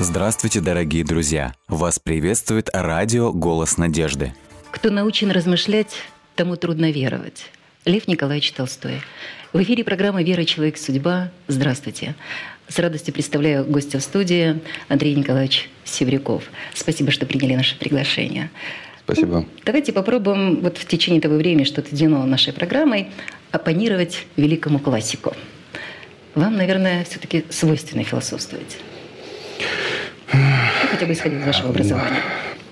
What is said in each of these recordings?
Здравствуйте, дорогие друзья! Вас приветствует радио «Голос надежды». Кто научен размышлять, тому трудно веровать. Лев Николаевич Толстой. В эфире программа «Вера. Человек. Судьба». Здравствуйте. С радостью представляю гостя в студии Андрей Николаевич Севрюков. Спасибо, что приняли наше приглашение. Спасибо. Давайте попробуем вот в течение того времени, что отведено нашей программой, оппонировать великому классику. Вам, наверное, все-таки свойственно философствовать. Хотя бы исходя из вашего образования.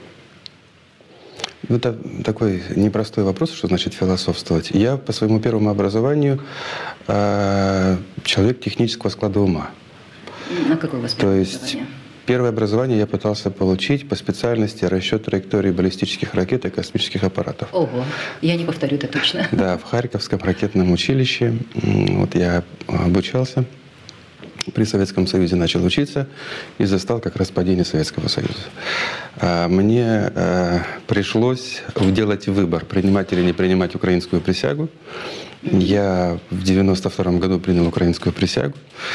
Это такой непростой вопрос, что значит философствовать. Я по своему первому образованию человек технического склада ума. А какое у вас первое образование? Первое образование я пытался получить по специальности расчет траектории баллистических ракет и космических аппаратов. Ого, я не повторю это точно. Да, в Харьковском ракетном училище. Вот я обучался. При Советском Союзе начал учиться и застал как раз падение Советского Союза. Мне пришлось делать выбор, принимать или не принимать украинскую присягу. Я в 1992 году принял украинскую присягу,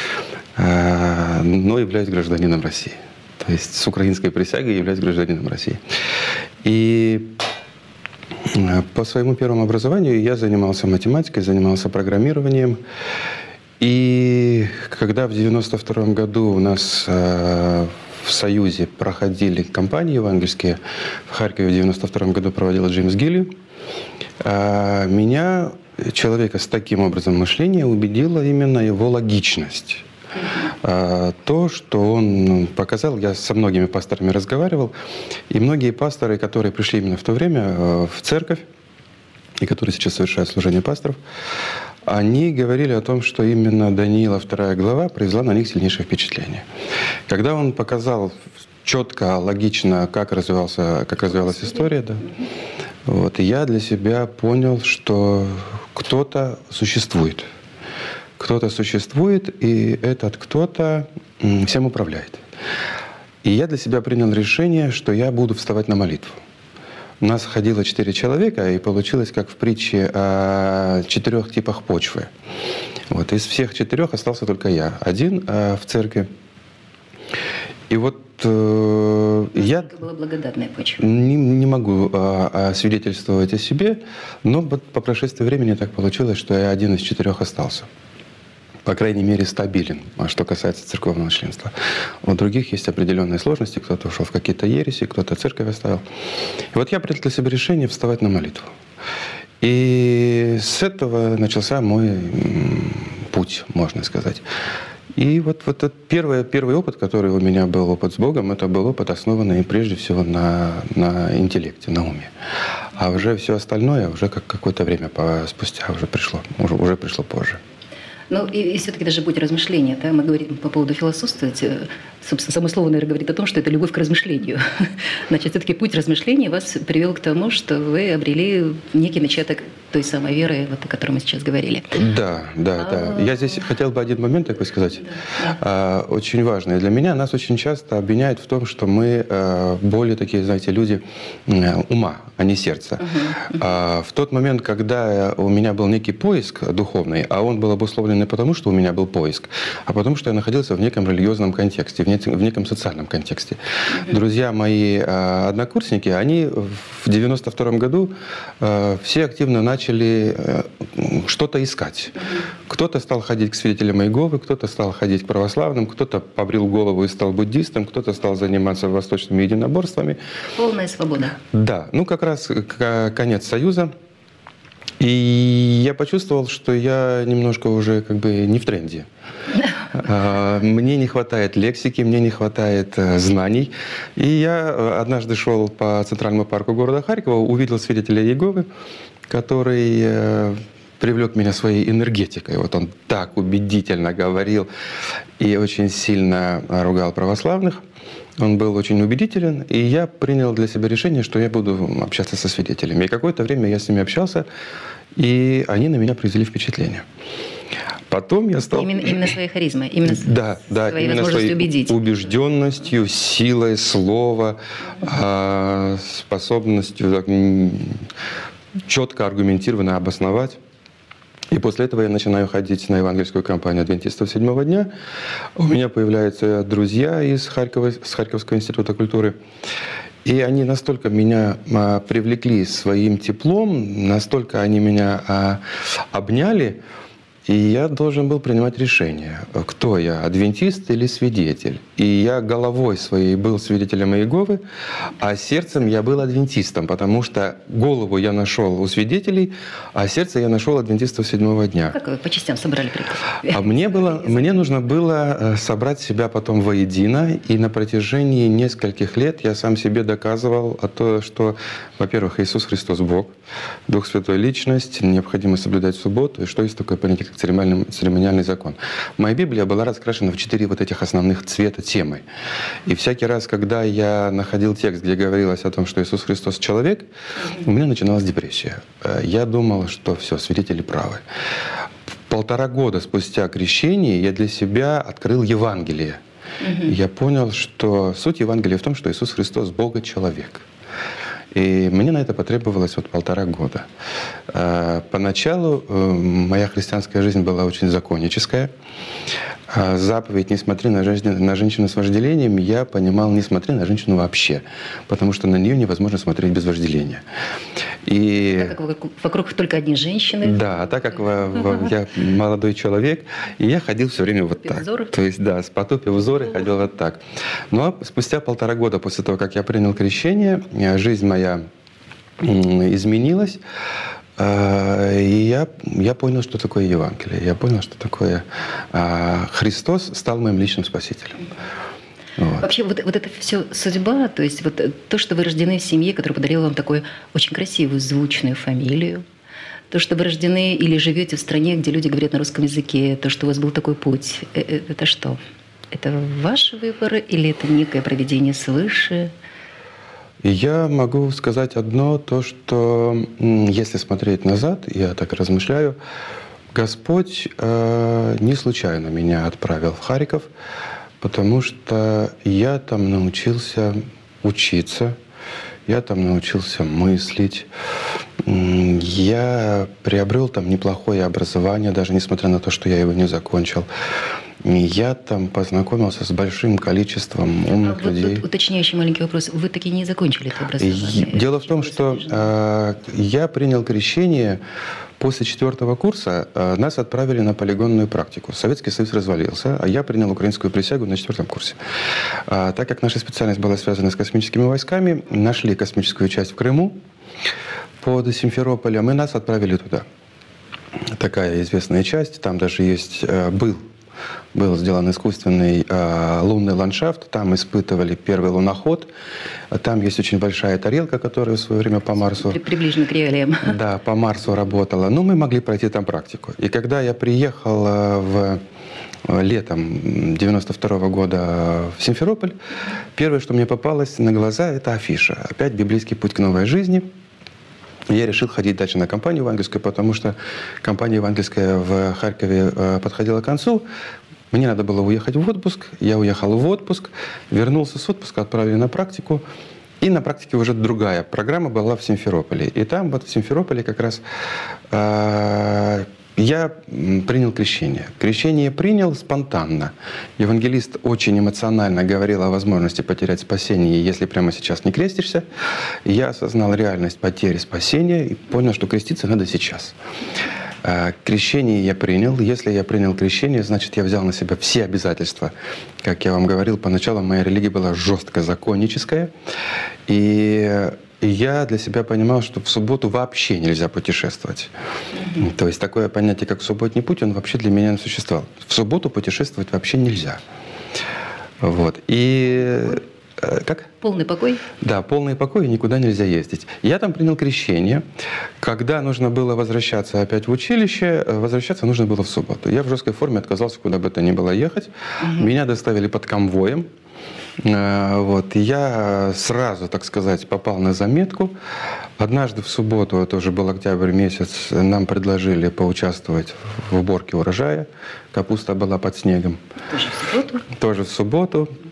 но являюсь гражданином России. То есть с украинской присягой являюсь гражданином России. И по своему первому образованию я занимался математикой, занимался программированием. И когда в 1992 году у нас в Союзе проходили кампании евангельские, в Харькове в 1992 году проводил Джеймс Гилли, меня, человека с таким образом мышления, убедила именно его логичность. То, что он показал, я со многими пасторами разговаривал, и многие пасторы, которые пришли именно в то время в церковь, и которые сейчас совершают служение пасторов, они говорили о том, что именно Даниила 2 глава произвела на них сильнейшее впечатление. Когда он показал четко, логично, как развивалась история, да, вот, я для себя понял, что кто-то существует. Кто-то существует, и этот кто-то всем управляет. И я для себя принял решение, что я буду вставать на молитву. У нас ходило 4 человека, и получилось, как в притче о 4 типах почвы. Вот. Из всех 4 остался только я. Один в церкви. И вот я была благодатная почва. Не могу свидетельствовать о себе, но по прошествии времени так получилось, что я один из 4 остался. По крайней мере, стабилен, что касается церковного членства. У других есть определенные сложности. Кто-то ушел в какие-то ереси, кто-то церковь оставил. И вот я принял для себя решение вставать на молитву. И с этого начался мой путь, можно сказать. И вот этот первый опыт, который у меня был, опыт с Богом, это был опыт, основанный прежде всего на интеллекте, на уме. А уже все остальное уже какое-то время спустя уже пришло позже. Ну и все-таки даже будет размышление. Да? Мы говорим по поводу философствовать. Собственно, само слово, наверное, говорит о том, что это любовь к размышлению. Значит, все-таки путь размышления вас привел к тому, что вы обрели некий начаток той самой веры, вот, о которой мы сейчас говорили. Да. Я здесь хотел бы один момент такой сказать. Очень важный для меня. Нас очень часто обвиняют в том, что мы более такие, знаете, люди ума, а не сердца. В тот момент, когда у меня был некий поиск духовный, а он был обусловлен не потому, что у меня был поиск, а потому, что я находился в неком религиозном контексте, в неком социальном контексте. Друзья мои, однокурсники, они в 1992 году все активно начали что-то искать. Кто-то стал ходить к свидетелям Иеговы, кто-то стал ходить к православным, кто-то побрил голову и стал буддистом, кто-то стал заниматься восточными единоборствами. Полная свобода. Да, как раз конец Союза. И я почувствовал, что я немножко уже не в тренде. Мне не хватает лексики, мне не хватает знаний. И я однажды шел по центральному парку города Харькова, увидел свидетеля Иеговы, который привлек меня своей энергетикой. Вот он так убедительно говорил и очень сильно ругал православных. Он был очень убедителен, и я принял для себя решение, что я буду общаться со свидетелями. И какое-то время я с ними общался, и они на меня произвели впечатление. Потом я стал... Именно своей харизмой, именно своей возможностью убедить. Убежденностью, силой слова, способностью четко, аргументированно обосновать И после этого я начинаю ходить на евангельскую кампанию адвентистов седьмого дня. У меня появляются друзья из Харькова, с Харьковского института культуры. И они настолько меня привлекли своим теплом, настолько они меня обняли, и я должен был принимать решение, кто я, адвентист или свидетель. И я головой своей был свидетелем Иеговы, а сердцем я был адвентистом, потому что голову я нашел у свидетелей, а сердце я нашел адвентистов седьмого дня. Как вы по частям собрали приказ? А мне нужно было собрать себя потом воедино, и на протяжении нескольких лет я сам себе доказывал что, во-первых, Иисус Христос Бог, Дух Святой Личность, необходимо соблюдать субботу, и что есть такое понятие, как церемониальный закон. Моя Библия была раскрашена в 4 вот этих основных цвета темы. И всякий раз, когда я находил текст, где говорилось о том, что Иисус Христос человек, у меня начиналась депрессия. Я думал, что все, свидетели правы. 1,5 года спустя крещение я для себя открыл Евангелие. И я понял, что суть Евангелия в том, что Иисус Христос Бога-человек. И мне на это потребовалось 1,5 года. Поначалу моя христианская жизнь была очень законническая. Заповедь «Не смотри на женщину с вожделением» я понимал «Не смотри на женщину вообще», потому что на нее невозможно смотреть без вожделения. И... Так как вокруг только одни женщины. Да, так как я молодой человек, и я ходил все время вот так. Взоры. То есть, да, потупив взоры, ходил вот так. Но спустя 1,5 года после того, как я принял крещение, жизнь моя изменилась. И я понял, что такое Евангелие. Я понял, что такое Христос стал моим личным спасителем. Вот. Вообще вот это все судьба, то есть вот то, что вы рождены в семье, которая подарила вам такую очень красивую, звучную фамилию, то, что вы рождены или живете в стране, где люди говорят на русском языке, то, что у вас был такой путь, это что? Это ваш выбор или это некое провидение свыше? Я могу сказать одно, то, что если смотреть назад, я так размышляю, Господь не случайно меня отправил в Харьков, потому что я там научился учиться, я там научился мыслить, я приобрел там неплохое образование, даже несмотря на то, что я его не закончил. Я там познакомился с большим количеством умных людей. Вот уточняющий маленький вопрос. Вы таки не закончили это образование? Дело в том, что я принял крещение после 4 курса. Нас отправили на полигонную практику. Советский Союз развалился, а я принял украинскую присягу на 4 курсе. Так как наша специальность была связана с космическими войсками, нашли космическую часть в Крыму под Симферополем, и нас отправили туда. Такая известная часть. Там даже был сделан искусственный лунный ландшафт, там испытывали первый луноход, там есть очень большая тарелка, которая в свое время по Марсу... Приближена к реалиям. Да, по Марсу работала. Но мы могли пройти там практику. И когда я приехал летом 92 года в Симферополь, первое, что мне попалось на глаза, это афиша. Опять «Библейский путь к новой жизни». Я решил ходить дальше на кампанию евангельскую, потому что кампания евангельская в Харькове подходила к концу. Мне надо было уехать в отпуск. Я уехал в отпуск, вернулся с отпуска, отправили на практику. И на практике уже другая программа была в Симферополе. И там вот в Симферополе как раз я принял крещение. Крещение принял спонтанно. Евангелист очень эмоционально говорил о возможности потерять спасение, если прямо сейчас не крестишься. Я осознал реальность потери спасения и понял, что креститься надо сейчас. Крещение я принял. Если я принял крещение, значит, я взял на себя все обязательства. Как я вам говорил, поначалу моя религия была жестко законническая. И я для себя понимал, что в субботу вообще нельзя путешествовать. То есть такое понятие, как субботний путь, он вообще для меня не существовал. В субботу путешествовать вообще нельзя. Вот. И... Как? Полный покой? Да, полный покой, и никуда нельзя ездить. Я там принял крещение. Когда нужно было возвращаться опять в училище, возвращаться нужно было в субботу. Я в жесткой форме отказался куда бы то ни было ехать. Меня доставили под конвоем. Вот. И я сразу, так сказать, попал на заметку. Однажды в субботу, это уже был октябрь месяц, нам предложили поучаствовать в уборке урожая. Капуста была под снегом. Тоже в субботу? Тоже в субботу.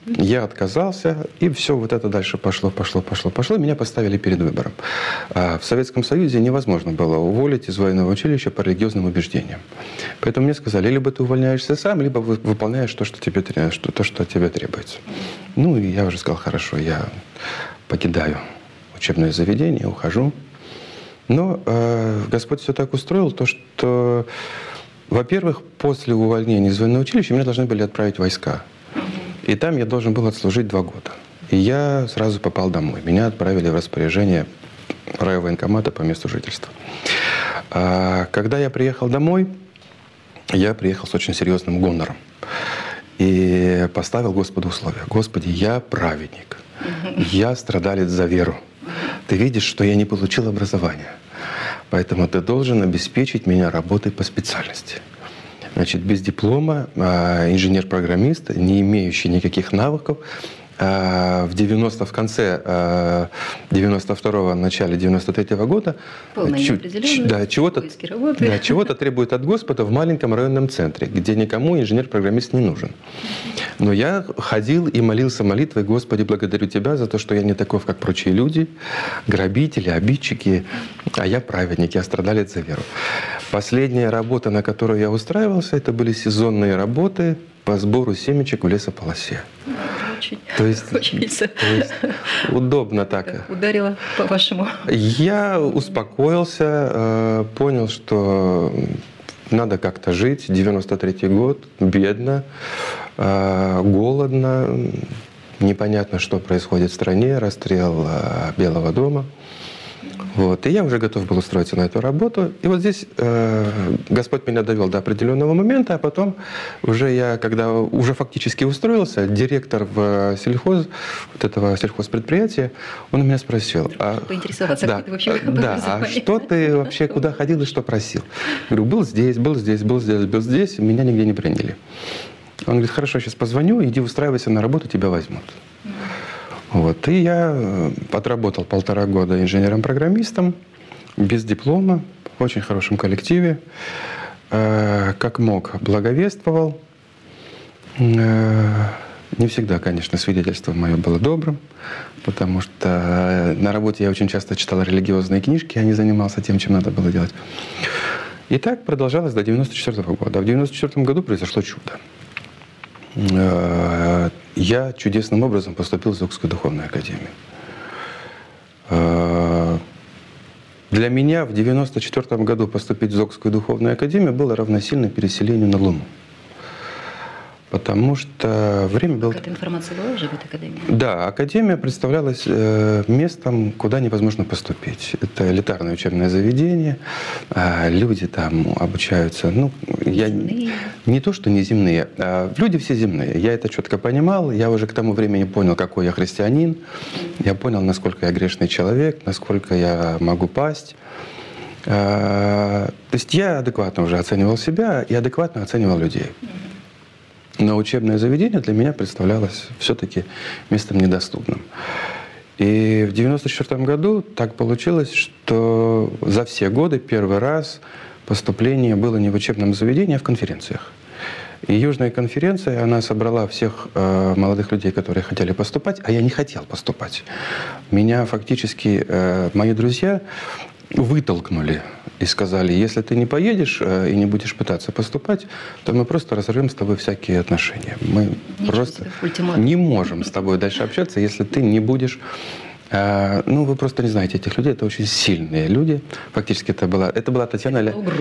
Я отказался, и все вот это дальше пошло. И меня поставили перед выбором. В Советском Союзе невозможно было уволить из военного училища по религиозным убеждениям. Поэтому мне сказали, либо ты увольняешься сам, либо выполняешь то, что тебе требуется. Ну, и я уже сказал, хорошо, я покидаю учебное заведение, ухожу. Но Господь все так устроил, то, что, во-первых, после увольнения из военного училища меня должны были отправить в войска. И там я должен был отслужить 2 года. И я сразу попал домой. Меня отправили в распоряжение райвоенкомата по месту жительства. Когда я приехал домой, я приехал с очень серьезным гонором. И поставил Господу условия. Господи, я праведник. Я страдалец за веру. Ты видишь, что я не получил образования. Поэтому ты должен обеспечить меня работой по специальности. Значит, без диплома, инженер-программист, не имеющий никаких навыков, в конце 92-го, начале 93-го года чего-то требует от Господа в маленьком районном центре, где никому инженер-программист не нужен. Но я ходил и молился молитвой: Господи, благодарю Тебя за то, что я не таков, как прочие люди, грабители, обидчики, а я праведник, я страдалец за веру. Последняя работа, на которую я устраивался, это были сезонные работы по сбору семечек в лесополосе. То есть удобно так. Ударило по-вашему. Я успокоился, понял, что надо как-то жить. 93-й год, бедно, голодно, непонятно, что происходит в стране, расстрел Белого дома. Вот. И я уже готов был устроиться на эту работу. И вот здесь Господь меня довел до определенного момента, а потом уже я, когда уже фактически устроился, директор в сельхоз, вот этого сельхозпредприятия, он у меня спросил: поинтересоваться, да, какой ты вообще а что ты вообще, куда ходил и что просил? Я говорю, был здесь, меня нигде не приняли. Он говорит, хорошо, сейчас позвоню, иди устраивайся на работу, тебя возьмут. Вот. И я отработал 1,5 года инженером-программистом, без диплома, в очень хорошем коллективе. Как мог, благовествовал. Не всегда, конечно, свидетельство мое было добрым, потому что на работе я очень часто читал религиозные книжки, а не занимался тем, чем надо было делать. И так продолжалось до 1994 года. В 1994 году произошло чудо. Я чудесным образом поступил в Зогскую духовную академию. Для меня в 1994 году поступить в Зогскую духовную академию было равносильно переселению на Луну. Потому что время было... Какая-то информация была уже в этой академии? Да, академия представлялась местом, куда невозможно поступить. Это элитарное учебное заведение, люди там обучаются... Не то, что не земные, люди все земные. Я это четко понимал, я уже к тому времени понял, какой я христианин, я понял, насколько я грешный человек, насколько я могу пасть. То есть я адекватно уже оценивал себя и адекватно оценивал людей. Но учебное заведение для меня представлялось все-таки местом недоступным. И в 1994 году так получилось, что за все годы первый раз поступление было не в учебном заведении, а в конференциях. И Южная конференция, она собрала всех молодых людей, которые хотели поступать, а я не хотел поступать. Меня фактически мои друзья вытолкнули и сказали, если ты не поедешь и не будешь пытаться поступать, то мы просто разорвем с тобой всякие отношения. Мы просто не можем с тобой дальше общаться, если ты не будешь... вы просто не знаете этих людей, это очень сильные люди. Фактически это была Татьяна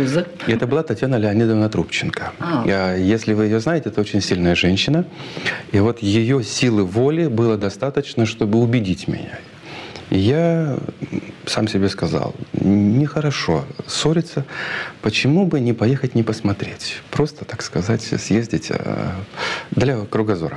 Леонидовна Трубченко. Если вы ее знаете, это очень сильная женщина. И вот ее силы воли было достаточно, чтобы убедить меня. И я сам себе сказал, нехорошо ссориться, почему бы не поехать, не посмотреть? Просто, так сказать, съездить для кругозора.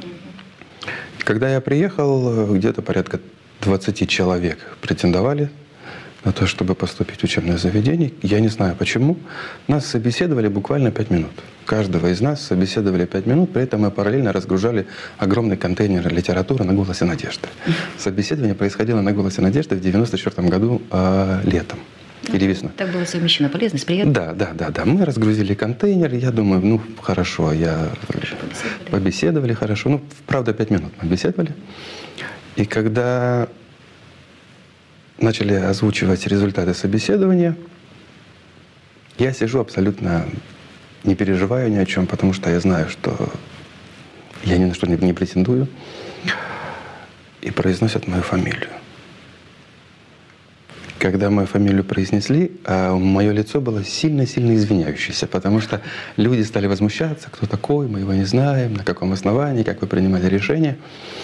Когда я приехал, где-то порядка 20 человек претендовали на то, чтобы поступить в учебное заведение. Я не знаю почему. Нас собеседовали буквально 5 минут. Каждого из нас собеседовали 5 минут, при этом мы параллельно разгружали огромный контейнер литературы на «Голосе надежды». Собеседование происходило на «Голосе надежды» в 1994 году летом. Или весной. Так было совмещено полезность, приятно? Да. Мы разгрузили контейнер, и я думаю, хорошо, я побеседовали хорошо. Ну, правда, 5 минут мы беседовали. И когда начали озвучивать результаты собеседования, я сижу абсолютно не переживаю ни о чем, потому что я знаю, что я ни на что не претендую. И произносят мою фамилию. Когда мою фамилию произнесли, мое лицо было сильно-сильно извиняющееся, потому что люди стали возмущаться, кто такой, мы его не знаем, на каком основании, как вы принимали решение.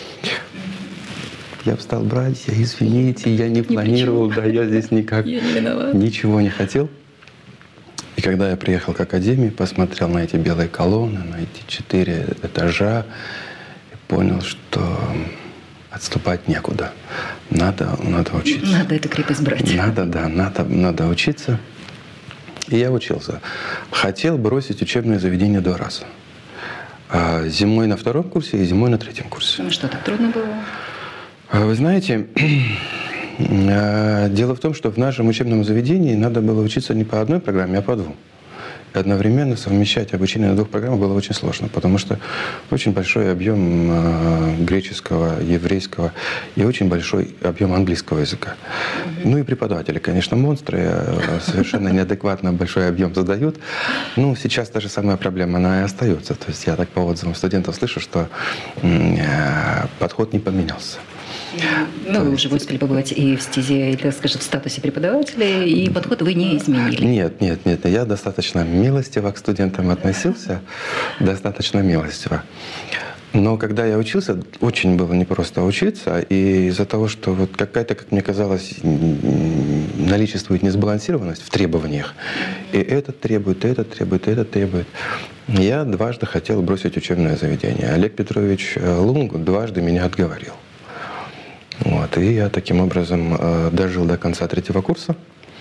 Я встал: братья, извините, я не планировал, да, я здесь никак ничего не хотел. И когда я приехал к академии, посмотрел на эти белые колонны, на эти 4 этажа, и понял, что отступать некуда. Надо учиться. Надо эту крепость брать. Надо учиться. И я учился. Хотел бросить учебное заведение 2 раза. Зимой на 2-м курсе и зимой на 3-м курсе. Ну что, так трудно было? Вы знаете, дело в том, что в нашем учебном заведении надо было учиться не по одной программе, а по 2. И одновременно совмещать обучение на 2 программах было очень сложно, потому что очень большой объем греческого, еврейского и очень большой объем английского языка. Ну и преподаватели, конечно, монстры, совершенно неадекватно большой объем задают. Ну, сейчас та же самая проблема, она и остается. То есть я так по отзывам студентов слышу, что подход не поменялся. Ну, вы уже успели побывать и в стезе, или, скажем, в статусе преподавателя, и подход вы не изменили. Нет. Я достаточно милостиво к студентам относился, достаточно милостиво. Но когда я учился, очень было непросто учиться, и из-за того, что вот какая-то, как мне казалось, наличествует несбалансированность в требованиях, и этот требует, и этот требует, и этот требует, я дважды хотел бросить учебное заведение. Олег Петрович Лунг дважды меня отговорил. Вот, и я таким образом дожил до конца 3-го курса.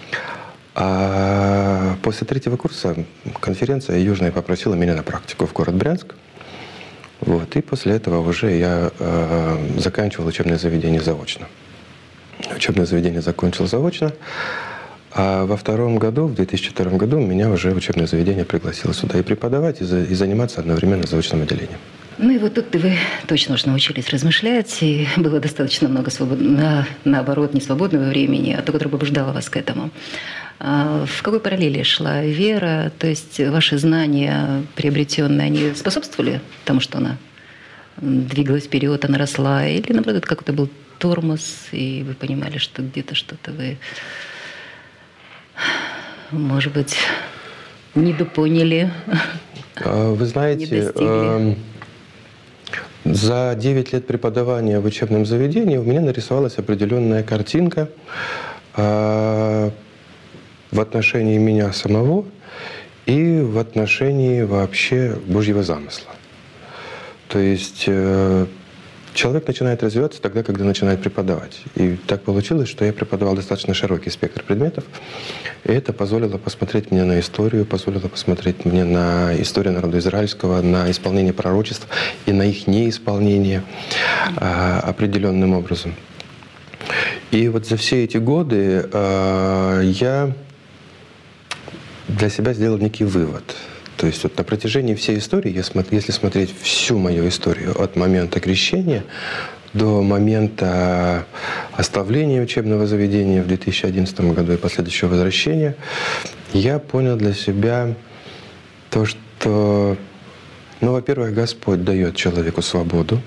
А после 3-го курса конференция Южная попросила меня на практику в город Брянск. Вот, и после этого уже я заканчивал учебное заведение заочно. Учебное заведение закончил заочно. А во 2-м году, в 2002 году, меня уже учебное заведение пригласило сюда и преподавать, и заниматься одновременно заочным отделением. Ну и вот тут вы точно уж научились размышлять, и было достаточно много наоборот, не свободного времени, а то, которое побуждало вас к этому. В какой параллели шла вера? То есть ваши знания приобретенные, они способствовали тому, что она двигалась вперед, она росла? Или, наоборот, это какой-то был тормоз, и вы понимали, что где-то что-то вы, может быть, недопоняли? Вы знаете, за 9 лет преподавания в учебном заведении у меня нарисовалась определенная картинка в отношении меня самого и в отношении вообще Божьего замысла. То есть человек начинает развиваться тогда, когда начинает преподавать. И так получилось, что я преподавал достаточно широкий спектр предметов. И это позволило посмотреть мне на историю, позволило посмотреть мне на историю народа израильского, на исполнение пророчеств и на их неисполнение определенным образом. И вот за все эти годы я для себя сделал некий вывод. То есть вот на протяжении всей истории, если смотреть всю мою историю от момента крещения до момента оставления учебного заведения в 2011 году и последующего возвращения, я понял для себя то, что, ну, во-первых, Господь дает человеку свободу,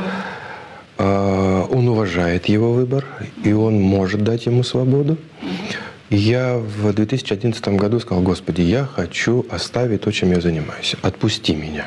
Он уважает его выбор, и Он может дать ему свободу. Я в 2011 году сказал: Господи, я хочу оставить то, чем я занимаюсь. Отпусти меня.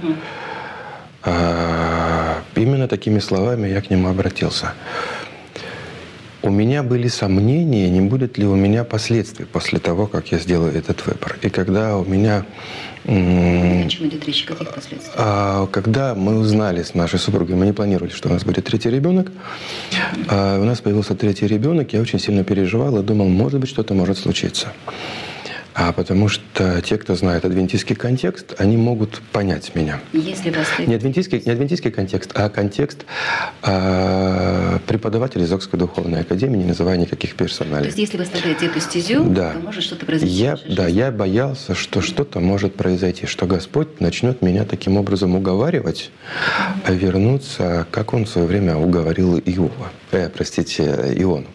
Именно такими словами я к нему обратился. У меня были сомнения, не будет ли у меня последствий после того, как я сделаю этот выбор. И когда у меня... О чем идет речь? Каких последствий? Когда мы узнали с нашей супругой, мы не планировали, что у нас будет 3-й ребенок. У нас появился 3-й ребенок, я очень сильно переживал и думал, может быть, что-то может случиться. Потому что те, кто знает адвентистский контекст, они могут понять меня. Если вас... Не адвентистский контекст, а контекст преподавателей Зогской духовной академии, не называя никаких персоналей. То есть если вы оставляете эту стезю, да, то может что-то произойти. Я боялся, что что-то может произойти, что Господь начнет меня таким образом уговаривать, вернуться, как Он в свое время уговорил Иону.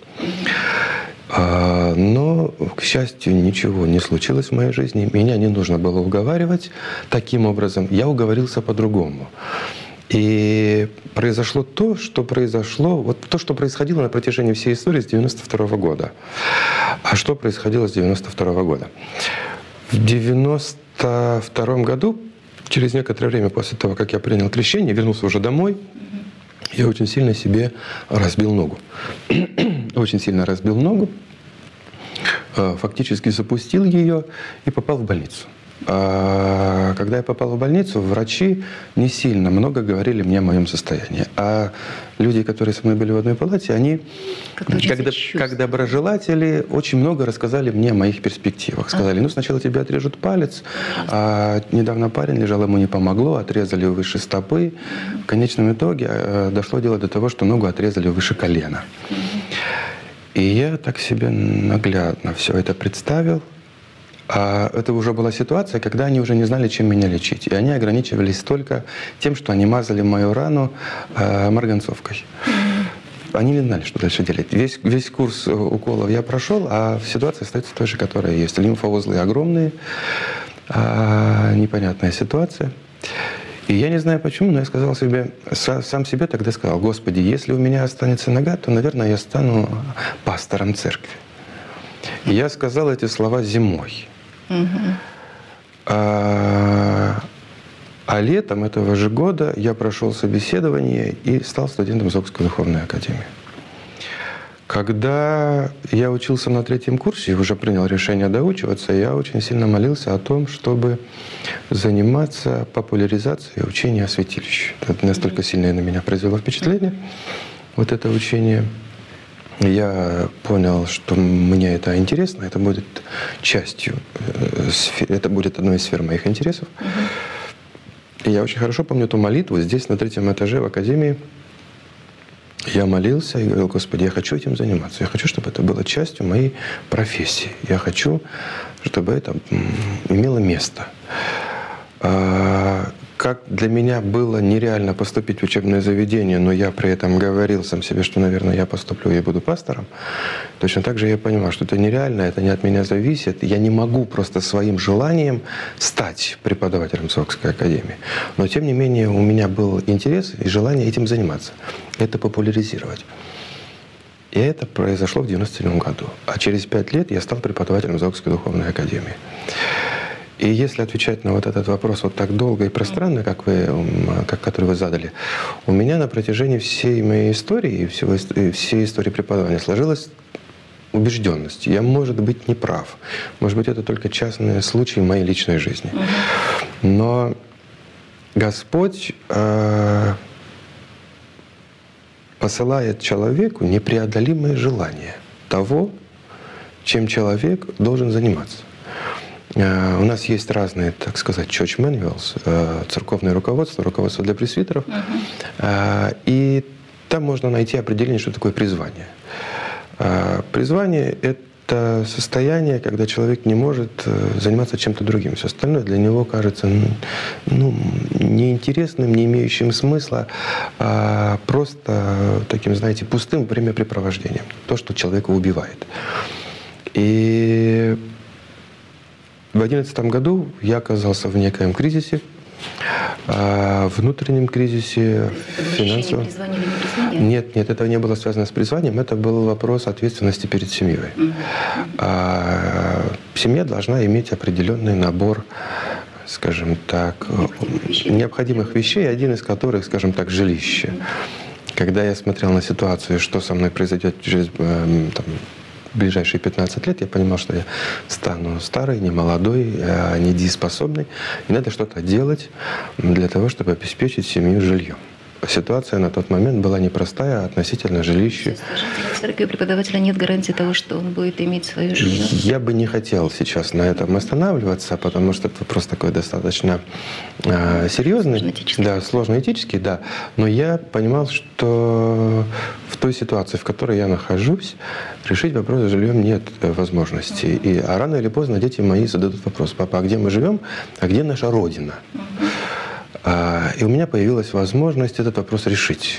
Но, к счастью, ничего не случилось в моей жизни. Меня не нужно было уговаривать таким образом. Я уговорился по-другому. И произошло то, что произошло, вот то, что происходило на протяжении всей истории с 92 года. А что происходило с 92 года? В 92 году, через некоторое время после того, как я принял крещение, вернулся уже домой, я очень сильно себе разбил ногу. Очень сильно разбил ногу, фактически запустил ее и попал в больницу. Когда я попал в больницу, врачи не сильно много говорили мне о моем состоянии. А люди, которые со мной были в одной палате, они, как доброжелатели, очень много рассказали мне о моих перспективах. Сказали, ну сначала тебе отрежут палец, а недавно парень лежал, ему не помогло, отрезали выше стопы. В конечном итоге дошло дело до того, что ногу отрезали выше колена. И я так себе наглядно все это представил. А это уже была ситуация, когда они уже не знали, чем меня лечить. И они ограничивались только тем, что они мазали мою рану марганцовкой. Они не знали, что дальше делать. Весь курс уколов я прошел, а ситуация остается той же, которая есть. Лимфоузлы огромные, непонятная ситуация. И я не знаю почему, но я сказал себе, сам себе тогда сказал: Господи, если у меня останется нога, то, наверное, я стану пастором церкви. И я сказал эти слова зимой. А летом этого же года я прошел собеседование и стал студентом Зогской духовной академии. Когда я учился на 3-м курсе и уже принял решение доучиваться, я очень сильно молился о том, чтобы заниматься популяризацией учения о святилище. Это настолько сильное на меня произвело впечатление, вот это учение. Я понял, что мне это интересно, это будет частью, это будет одной из сфер моих интересов. И я очень хорошо помню ту молитву здесь, на 3-м этаже в академии. Я молился и говорил: Господи, я хочу этим заниматься. Я хочу, чтобы это было частью моей профессии. Я хочу, чтобы это имело место. Как для меня было нереально поступить в учебное заведение, но я при этом говорил сам себе, что, наверное, я поступлю и буду пастором, точно так же я понимал, что это нереально, это не от меня зависит. Я не могу просто своим желанием стать преподавателем Зогской академии. Но, тем не менее, у меня был интерес и желание этим заниматься, это популяризировать. И это произошло в 1997 году. А через 5 лет я стал преподавателем Зогской духовной академии. И если отвечать на вот этот вопрос вот так долго и пространно, который вы задали, у меня на протяжении всей моей истории, всей истории преподавания сложилась убежденность. Я, может быть, не прав. Может быть, это только частные случаи в моей личной жизни. Но Господь посылает человеку непреодолимое желание того, чем человек должен заниматься. У нас есть разные, так сказать, church manuals, церковное руководство для пресвитеров. И там можно найти определение, что такое призвание. Призвание — это состояние, когда человек не может заниматься чем-то другим. Все остальное для него кажется неинтересным, не имеющим смысла, а просто таким, знаете, пустым времяпрепровождением. То, что человека убивает. И в 2011 году я оказался в некоем кризисе, внутреннем кризисе, финансовом. Призвание или не призвание? Нет, это не было связано с призванием, это был вопрос ответственности перед семьей. Семья должна иметь определенный набор, скажем так, необходимых вещей, один из которых, скажем так, жилище. Когда я смотрел на ситуацию, что со мной произойдет через ближайшие 15 лет, я понимал, что я стану старый, не молодой, недееспособный, и надо что-то делать для того, чтобы обеспечить семью жильем. ситуация на тот момент была непростая относительно жилища. В церкви у преподавателя нет гарантии того, что он будет иметь свое жилье. Я бы не хотел сейчас на этом останавливаться, потому что это вопрос такой достаточно серьезный. Сложно этический, да. Но я понимал, что в той ситуации, в которой я нахожусь, решить вопрос с жильем нет возможности. А рано или поздно дети мои зададут вопрос: папа, а где мы живем, а где наша родина? И у меня появилась возможность этот вопрос решить.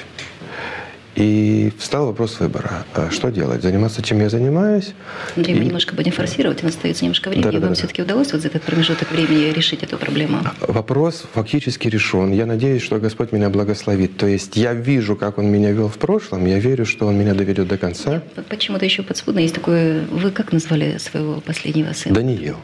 И встал вопрос выбора. Что делать? Заниматься, чем я занимаюсь? Андрей, мы немножко будем форсировать, у нас остается немножко времени. Вам все-таки удалось вот за этот промежуток времени решить эту проблему? Вопрос фактически решен. Я надеюсь, что Господь меня благословит. То есть я вижу, как Он меня вел в прошлом, я верю, что Он меня доведет до конца. Почему-то еще подспудно есть такое... Вы как назвали своего последнего сына? Даниил.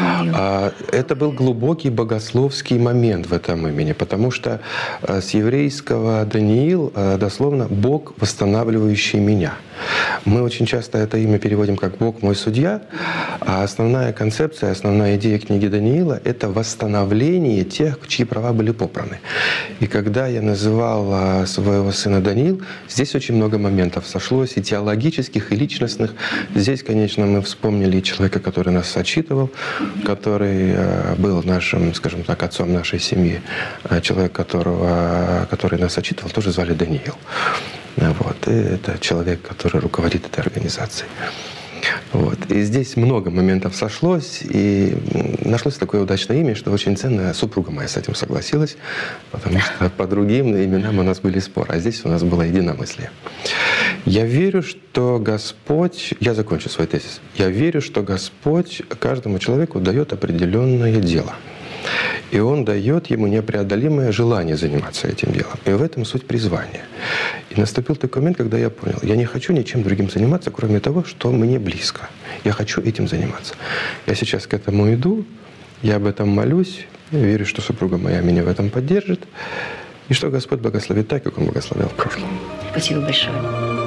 Это был глубокий богословский момент в этом имени, потому что с еврейского Даниил дословно «Бог, восстанавливающий меня». Мы очень часто это имя переводим как «Бог мой судья», а основная концепция, основная идея книги Даниила — это восстановление тех, чьи права были попраны. И когда я называл своего сына Даниил, здесь очень много моментов сошлось, и теологических, и личностных. Здесь, конечно, мы вспомнили человека, который нас отчитывал, который был нашим, скажем так, отцом нашей семьи. Человек, который нас отчитывал, тоже звали Даниил. Вот. И это человек, который руководит этой организацией. Вот. И здесь много моментов сошлось, и нашлось такое удачное имя, что очень ценная супруга моя с этим согласилась, потому что по другим именам у нас были споры, а здесь у нас было единомыслие. Я верю, что Господь... Я закончу свой тезис. Я верю, что Господь каждому человеку дает определенное дело. И Он дает ему непреодолимое желание заниматься этим делом. И в этом суть призвания. И наступил такой момент, когда я понял, я не хочу ничем другим заниматься, кроме того, что мне близко. Я хочу этим заниматься. Я сейчас к этому иду, я об этом молюсь, я верю, что супруга моя меня в этом поддержит, и что Господь благословит так, как Он благословлял в прошлом. Спасибо большое.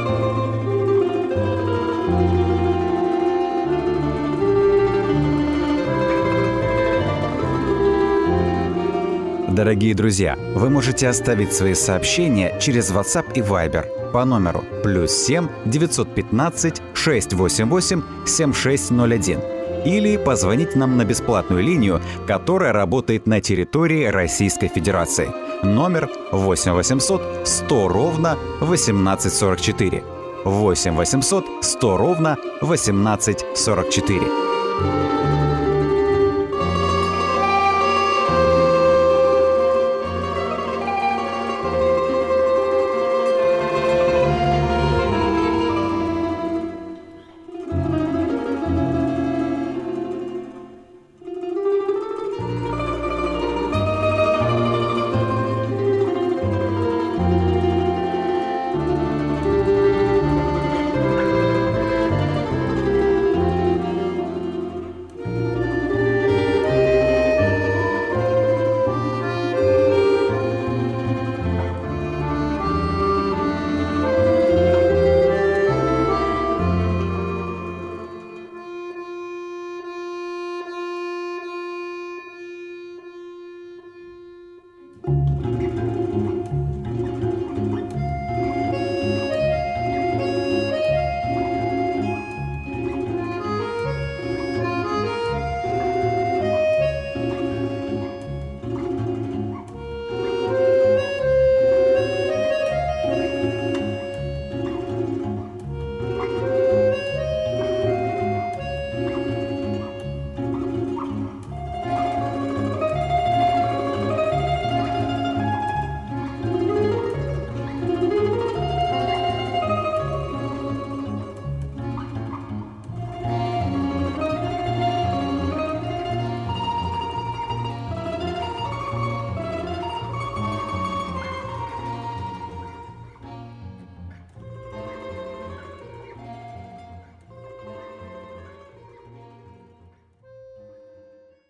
Дорогие друзья, вы можете оставить свои сообщения через WhatsApp и Viber по номеру +7 915 688 7601 или позвонить нам на бесплатную линию, которая работает на территории Российской Федерации. Номер 8 800 100 ровно 1844. 8 800 100 ровно 1844.